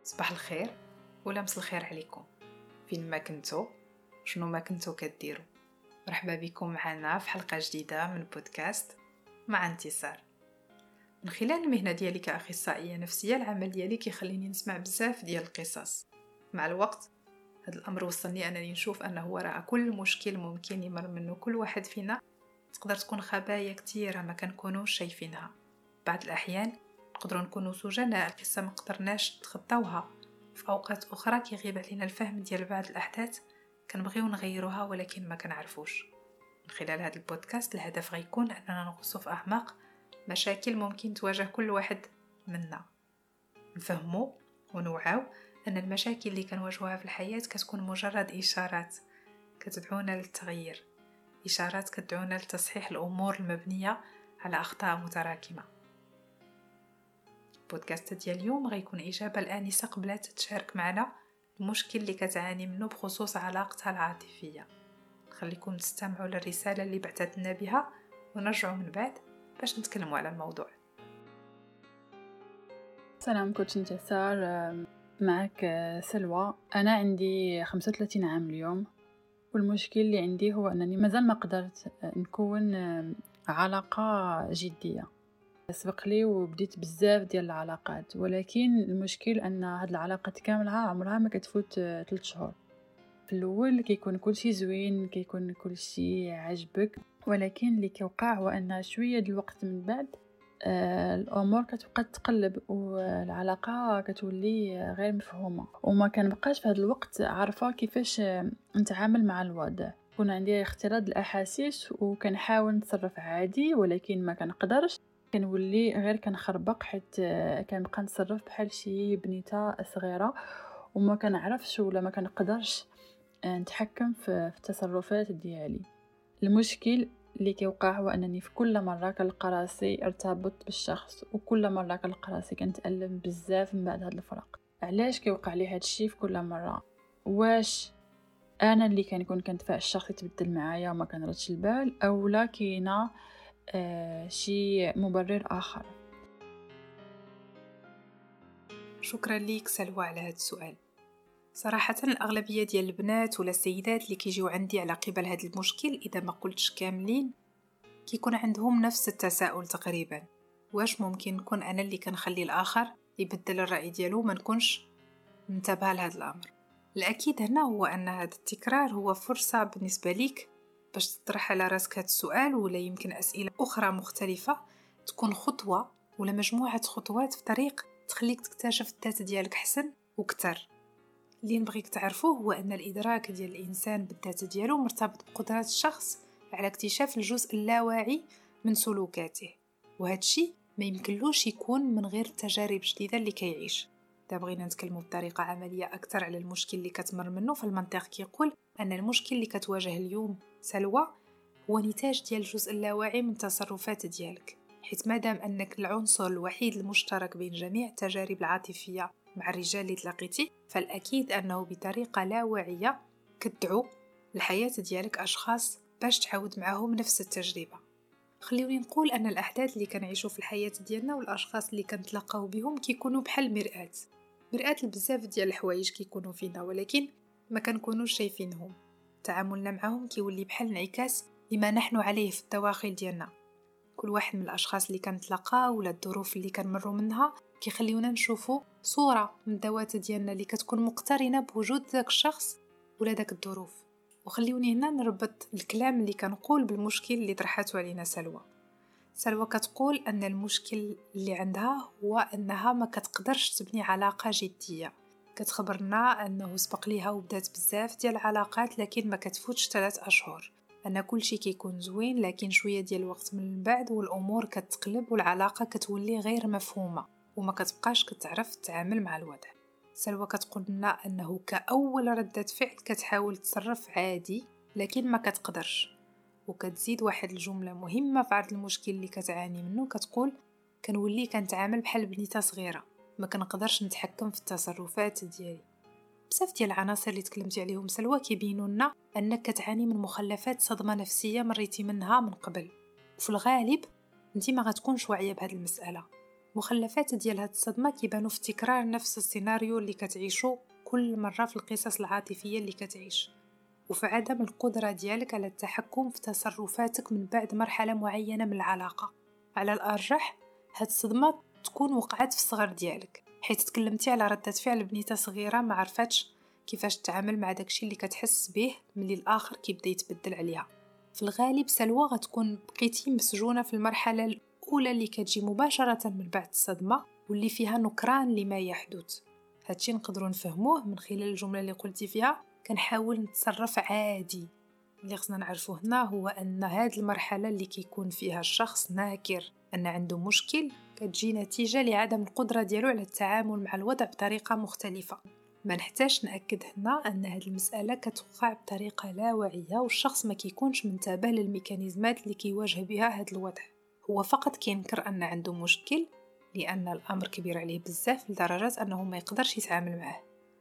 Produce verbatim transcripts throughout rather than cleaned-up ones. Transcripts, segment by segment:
صباح الخير ولا مس الخير عليكم، فين ما كنتو شنو ما كنتو كديروا. مرحبا بكم معنا في حلقة جديدة من بودكاست مع انتصار. من خلال المهنة ديالي كأخصائية نفسية، العمل ديالي كيخليني نسمع بزاف ديال القصص. مع الوقت هذا الأمر وصلني أنني نشوف أنه وراء كل مشكل ممكن يمر منه كل واحد فينا تقدر تكون خبايا كتيرة ما كنكونوش شايفينها. بعض الأحيان نقدروا نكونوا سجناء القصة ما قدرناش نتخطاوها، في أوقات أخرى كيغيب علينا الفهم ديال بعض الأحداث كنبغيو نغيروها ولكن ما كنعرفوش. من خلال هذا البودكاست الهدف غيكون أننا نغوصوا في أعماق مشاكل ممكن تواجه كل واحد منا، نفهموا ونوعاو أن المشاكل اللي كنواجهوها في الحياة كتكون مجرد إشارات كتدعونا للتغيير، إشارات كتدعونا لتصحيح الأمور المبنية على أخطاء متراكمة. البودكاست ديال اليوم غيكون إجابة لآنسة قبلات تشارك معنا المشكل اللي كتعاني منه بخصوص علاقتها العاطفية. خليكم تستمعوا للرسالة اللي بعثتنا بها ونرجعوا من بعد باش نتكلموا على الموضوع. السلام كوتش انتصار، معك سلوى. أنا عندي خمسة وثلاثين عام اليوم، والمشكل اللي عندي هو أنني مازال ما قدرت نكون علاقة جدية. سبق لي وبديت بزاف ديال العلاقات، ولكن المشكل أن هاد العلاقات كاملها عمرها ما كتفوت ثلاث شهور. في الأول كيكون كل شيء زوين، كيكون كل شيء عجبك، ولكن اللي كيوقع هو أن شوية د الوقت من بعد آه الأمور كتبقى تقلب والعلاقة كتولي غير مفهومة، وما كنبقاش في هذا الوقت عارفة كيفاش نتعامل مع الوضع. كون عندي اختلاط الأحاسيس وكنحاول نتصرف عادي ولكن ما كنقدرش، كنولي غير كنخربق حيت كنبقى نتصرف بحال شي بنيته صغيره وما كنعرفش ولا ما كنقدرش نتحكم في التصرفات ديالي. المشكل اللي كيوقع هو انني في كل مره كنلقى راسي ارتبط بالشخص، وكل مره كنلقى راسي كنتالم بزاف من بعد هذا الفراق. علاش كيوقع لي هذا الشيء في كل مره؟ واش انا اللي كنكون كندفع الشخص يتبدل معايا وما كنردش البال، او لا كاينه آه شي مبرر آخر؟ شكرا ليك سلوى على هذا السؤال. صراحة الأغلبية ديال البنات ولا السيدات اللي كيجيو عندي على قبل هذا المشكل، إذا ما قلتش كاملين، كيكون عندهم نفس التساؤل تقريبا: واش ممكن نكون أنا اللي كنخلي الآخر يبدل الرأي ديالو ما نكونش منتبهة لهذا الأمر؟ الأكيد هنا هو أن هذا التكرار هو فرصة بالنسبة ليك باش تطرح على راسك هذا السؤال، ولا يمكن أسئلة أخرى مختلفة تكون خطوة ولا مجموعة خطوات في طريق تخليك تكتشف الذات ديالك حسن وكتر. اللي نبغيك تعرفوه هو أن الإدراك ديال الإنسان بالذات ديالو مرتبط بقدرات الشخص على اكتشاف الجزء اللاواعي من سلوكاته، وهذا الشيء ما يمكنلوش يكون من غير تجارب جديدة اللي كيعيش. إذا بغينا نتكلموا بطريقة عملية أكثر على المشكل اللي كتمر منه، فالمنطق كيقول أن المشكل اللي كتواجه اليوم سلوى هو نتاج ديال الجزء اللاواعي من تصرفات ديالك، حيث مادام أنك العنصر الوحيد المشترك بين جميع التجارب العاطفية مع الرجال اللي تلاقيتي، فالأكيد أنه بطريقة لا واعية كتدعو الحياة ديالك أشخاص باش تعود معهم نفس التجربة. خليوني نقول أن الأحداث اللي كنعيشوا في الحياة ديالنا والأشخاص اللي كنتلاقاو بهم كيكونوا بحال مرآة مرآة لبزاف ديال الحوايج كيكونوا فينا ولكن ما كنكونوش شايفينهم. تعاملنا معهم كيولي بحال انعكاس لما نحن عليه في الدواخل ديالنا. كل واحد من الأشخاص اللي كنتلاقاو ولا الظروف اللي كنمروا منها كيخليونا نشوفوا صورة من الذوات ديالنا اللي كتكون مقترنة بوجود ذاك الشخص ولا ذاك الظروف. وخليوني هنا نربط الكلام اللي كنقول بالمشكل اللي طرحته علينا سلوى. سلوى كتقول أن المشكل اللي عندها هو أنها ما كتقدرش تبني علاقة جدية. كتخبرنا أنه سبق ليها وبدات بزاف ديال العلاقات لكن ما كتفوتش ثلاث أشهر، أن كل شيء كيكون زوين لكن شوية ديال الوقت من بعد والأمور كتقلب والعلاقة كتولي غير مفهومة وما كتبقاش كتعرف تتعامل مع الوضع. سلوى كتقول لنا أنه كأول ردة فعل كتحاول تصرف عادي لكن ما كتقدرش، وكتزيد واحد الجملة مهمة في عرض المشكل اللي كتعاني منه، كتقول كنولي كنتعامل بحال بنيته صغيرة ما كنقدرش نتحكم في التصرفات ديالي. بزاف ديال العناصر اللي تكلمتي عليهم سلوى كيبينوا لنا انك كتعاني من مخلفات صدمة نفسية مريتي منها من قبل، وفي الغالب انت ما غتكونش واعية بهذه المسألة. مخلفات ديال هاد الصدمة كيبانو في تكرار نفس السيناريو اللي كتعيشو كل مرة في القصص العاطفية اللي كتعيش، وفي عدم القدرة ديالك على التحكم في تصرفاتك من بعد مرحلة معينة من العلاقة. على الأرجح هاد الصدمة تكون وقعت في الصغر ديالك، حيث تكلمتي على ردة فعل بنيته صغيرة ما عرفتش كيفاش تتعامل مع داكشي اللي كتحس به ملي الآخر كيبدا يتبدل عليها. في الغالب سلوى غتكون بقيتي مسجونة في المرحلة الأولى اللي كتجي مباشرة من بعد الصدمة واللي فيها نكران لما يحدث. هادشي نقدروا نفهموه من خلال الجملة اللي قلتي فيها كنحاول نتصرف عادي. اللي خصنا نعرفوه هنا هو أن هاد المرحلة اللي كيكون فيها الشخص ناكر أن عنده مشكل كتجي نتيجة لعدم القدرة ديالو على التعامل مع الوضع بطريقة مختلفة. ما نحتاج نأكد هنا أن هاد المسألة كتوقع بطريقة لا واعية والشخص ما كيكونش منتبه للميكانيزمات اللي كيواجه بها هاد الوضع، هو فقط كينكر أن عنده مشكل لأن الأمر كبير عليه بزاف لدرجة أنه ما يقدرش يتعامل معه.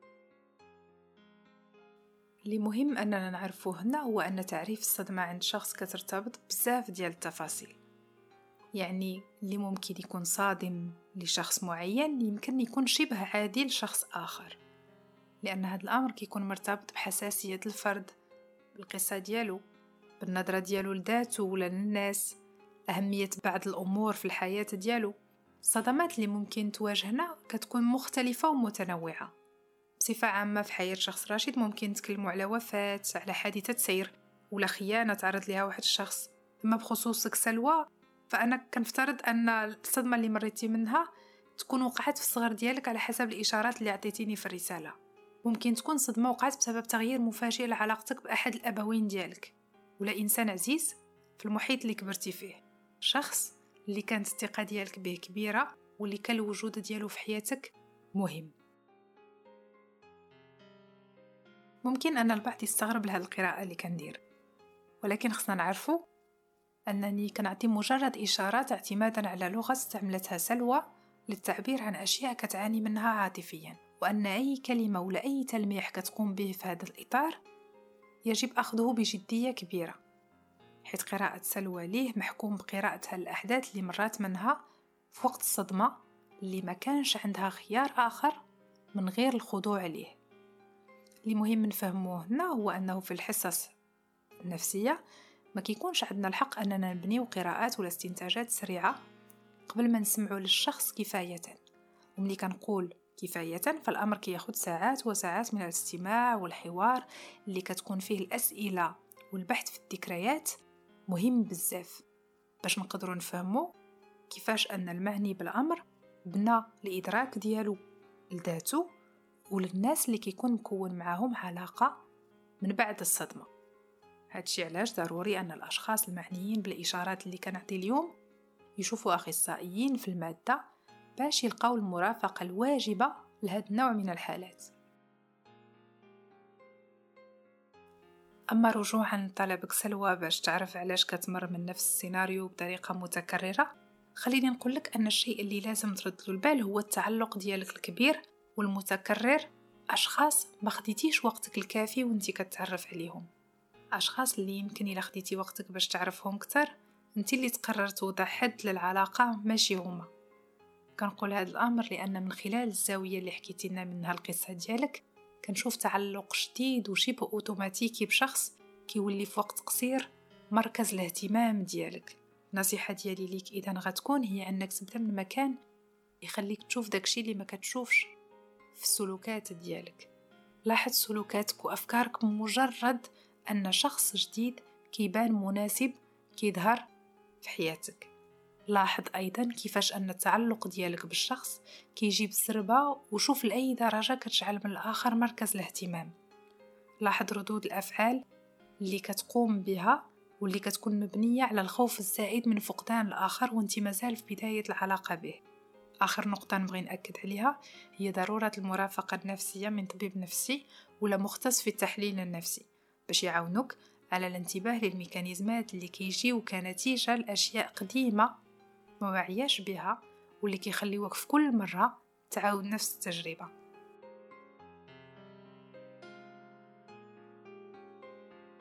اللي مهم أننا نعرفه هنا هو أن تعريف الصدمة عند شخص كترتبط بزاف ديال التفاصيل. يعني اللي ممكن يكون صادم لشخص معين يمكن يكون شبه عادي لشخص آخر، لأن هذا الأمر كيكون مرتبط بحساسية الفرد، بالقصة ديالو، بالنظرة ديالو لذاته ولا للناس، أهمية بعض الأمور في الحياة ديالو. الصدمات اللي ممكن تواجهنا كتكون مختلفة ومتنوعة. بصفة عامة في حياة شخص راشد ممكن نتكلموا على وفاة، على حادثة سير، ولا خيانة تعرض لها واحد الشخص. أما بخصوصك سلوى فأنا كنفترض أن الصدمة اللي مريتي منها تكون وقعت في الصغر ديالك على حسب الإشارات اللي عطيتيني في الرسالة. ممكن تكون صدمة وقعت بسبب تغيير مفاجئ لعلاقتك بأحد الأبوين ديالك، ولا إنسان عزيز في المحيط اللي كبرتي فيه، شخص اللي كانت الثقة ديالك به كبيرة واللي كان الوجود ديالو في حياتك مهم. ممكن أن البعض يستغرب لهذه القراءة اللي كندير، ولكن خصنا نعرفو أنني كنعطي مجرد إشارات اعتمادا على لغة استعملتها سلوى للتعبير عن أشياء كتعاني منها عاطفيا، وأن أي كلمة ولا أي تلميح كتقوم به في هذا الإطار يجب أخذه بجدية كبيرة، حيث قراءة سلوى ليه محكوم بقراءتها الأحداث اللي مرات منها في وقت الصدمة اللي ما كانش عندها خيار آخر من غير الخضوع ليه. اللي مهم نفهموه هنا هو أنه في الحصص النفسية ما كيكونش عندنا الحق أننا نبنيو قراءات ولا استنتاجات سريعة قبل ما نسمعوا للشخص كفاية. وملي كنقول كفاية فالأمر كياخد ساعات وساعات من الاستماع والحوار اللي كتكون فيه الأسئلة والبحث في الذكريات مهم بزاف باش نقدروا نفهموا كيفاش أن المعني بالأمر بنى الإدراك ديالو لذاته وللناس اللي كيكون مكون معاهم علاقة من بعد الصدمة. هادشي علاش ضروري أن الأشخاص المعنيين بالإشارات اللي كنعطي اليوم يشوفوا أخصائيين في المادة باش يلقاو المرافقة الواجبة لهذا النوع من الحالات. أما رجوعا لطلبك سلوى باش تعرف علاش كتمر من نفس السيناريو بطريقة متكررة، خليني نقولك أن الشيء اللي لازم ترد له البال هو التعلق ديالك الكبير والمتكرر، أشخاص ما خديتيش وقتك الكافي وانتي كتعرف عليهم، أشخاص اللي يمكن إلا خديتي وقتك باش تعرفهم كتر انتي اللي تقرر توضع حد للعلاقة ماشي هما. كنقول هذا الأمر لأن من خلال الزاوية اللي حكيتي لنا منها القصة ديالك كنشوف تعلق شديد وشبه أوتوماتيكي بشخص كيولي في وقت قصير مركز الاهتمام ديالك. نصيحة ديالي ليك إذن غتكون هي أنك تبدأ من مكان يخليك تشوف داكشي اللي ما كتشوفش في السلوكات ديالك. لاحظ سلوكاتك وأفكارك مجرد أن شخص جديد كيبان مناسب كيظهر في حياتك. لاحظ أيضا كيفاش أن التعلق ديالك بالشخص كيجيب سربة، وشوف لأي درجة كتجعل من الآخر مركز الاهتمام. لاحظ ردود الأفعال اللي كتقوم بها واللي كتكون مبنية على الخوف الزائد من فقدان الآخر وانت مازال في بداية العلاقة به. آخر نقطة نبغي نأكد عليها هي ضرورة المرافقة النفسية من طبيب نفسي ولا مختص في التحليل النفسي باش يعاونوك على الانتباه للميكانيزمات اللي كيجيو كنتيجة لأشياء قديمة ما وعياش بها واللي كيخليوك في كل مرة تعاود نفس التجربة.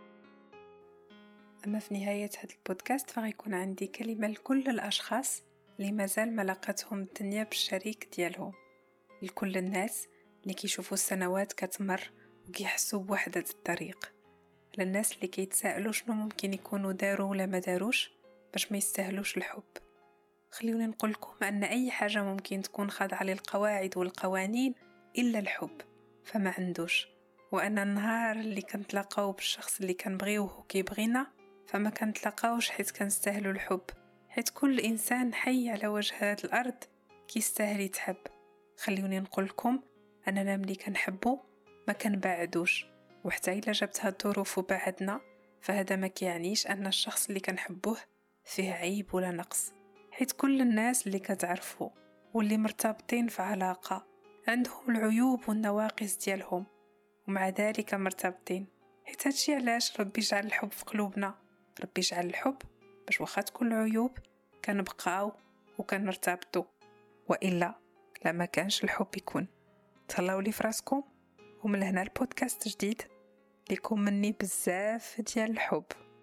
أما في نهاية هذا البودكاست فغيكون عندي كلمة لكل الأشخاص اللي مازال ما لقتهم الدنيا بالشريك ديالهم، لكل الناس اللي كيشوفوا السنوات كتمر وكيحسوا بوحدة الطريق، للناس اللي كيتسائلوا شنو ممكن يكونوا داروا ولا ما داروش باش ما يستاهلوش الحب. خليوني نقول لكم أن أي حاجة ممكن تكون خاضعة للقواعد والقوانين إلا الحب فما عندوش، وأن النهار اللي كنتلاقاو بالشخص اللي كنبغيوه وكيبغينا فما كنتلاقاوش حيت كنستاهلوا الحب، حيت كل إنسان حي على وجه هذه الأرض كيستاهل يتحب. خليوني نقول لكم أننا ملي كنحبو ما كنبعدوش، وحتى إلا جابتها الظروف وبعدنا فهذا ما كيعنيش أن الشخص اللي كنحبوه فيه عيب ولا نقص، حيت كل الناس اللي كتعرفوا واللي مرتبطين في علاقة عندهم العيوب والنواقص ديالهم ومع ذلك مرتبطين، حيت هادشي علاش ربي جعل الحب في قلوبنا. ربي جعل الحب باش واخا تكون العيوب كنبقاو وكنرتبطوا، وإلا لما كانش الحب يكون. تهلاو لي فراسكم، ومن هنا البودكاست جديد لكم مني بزاف ديال الحب.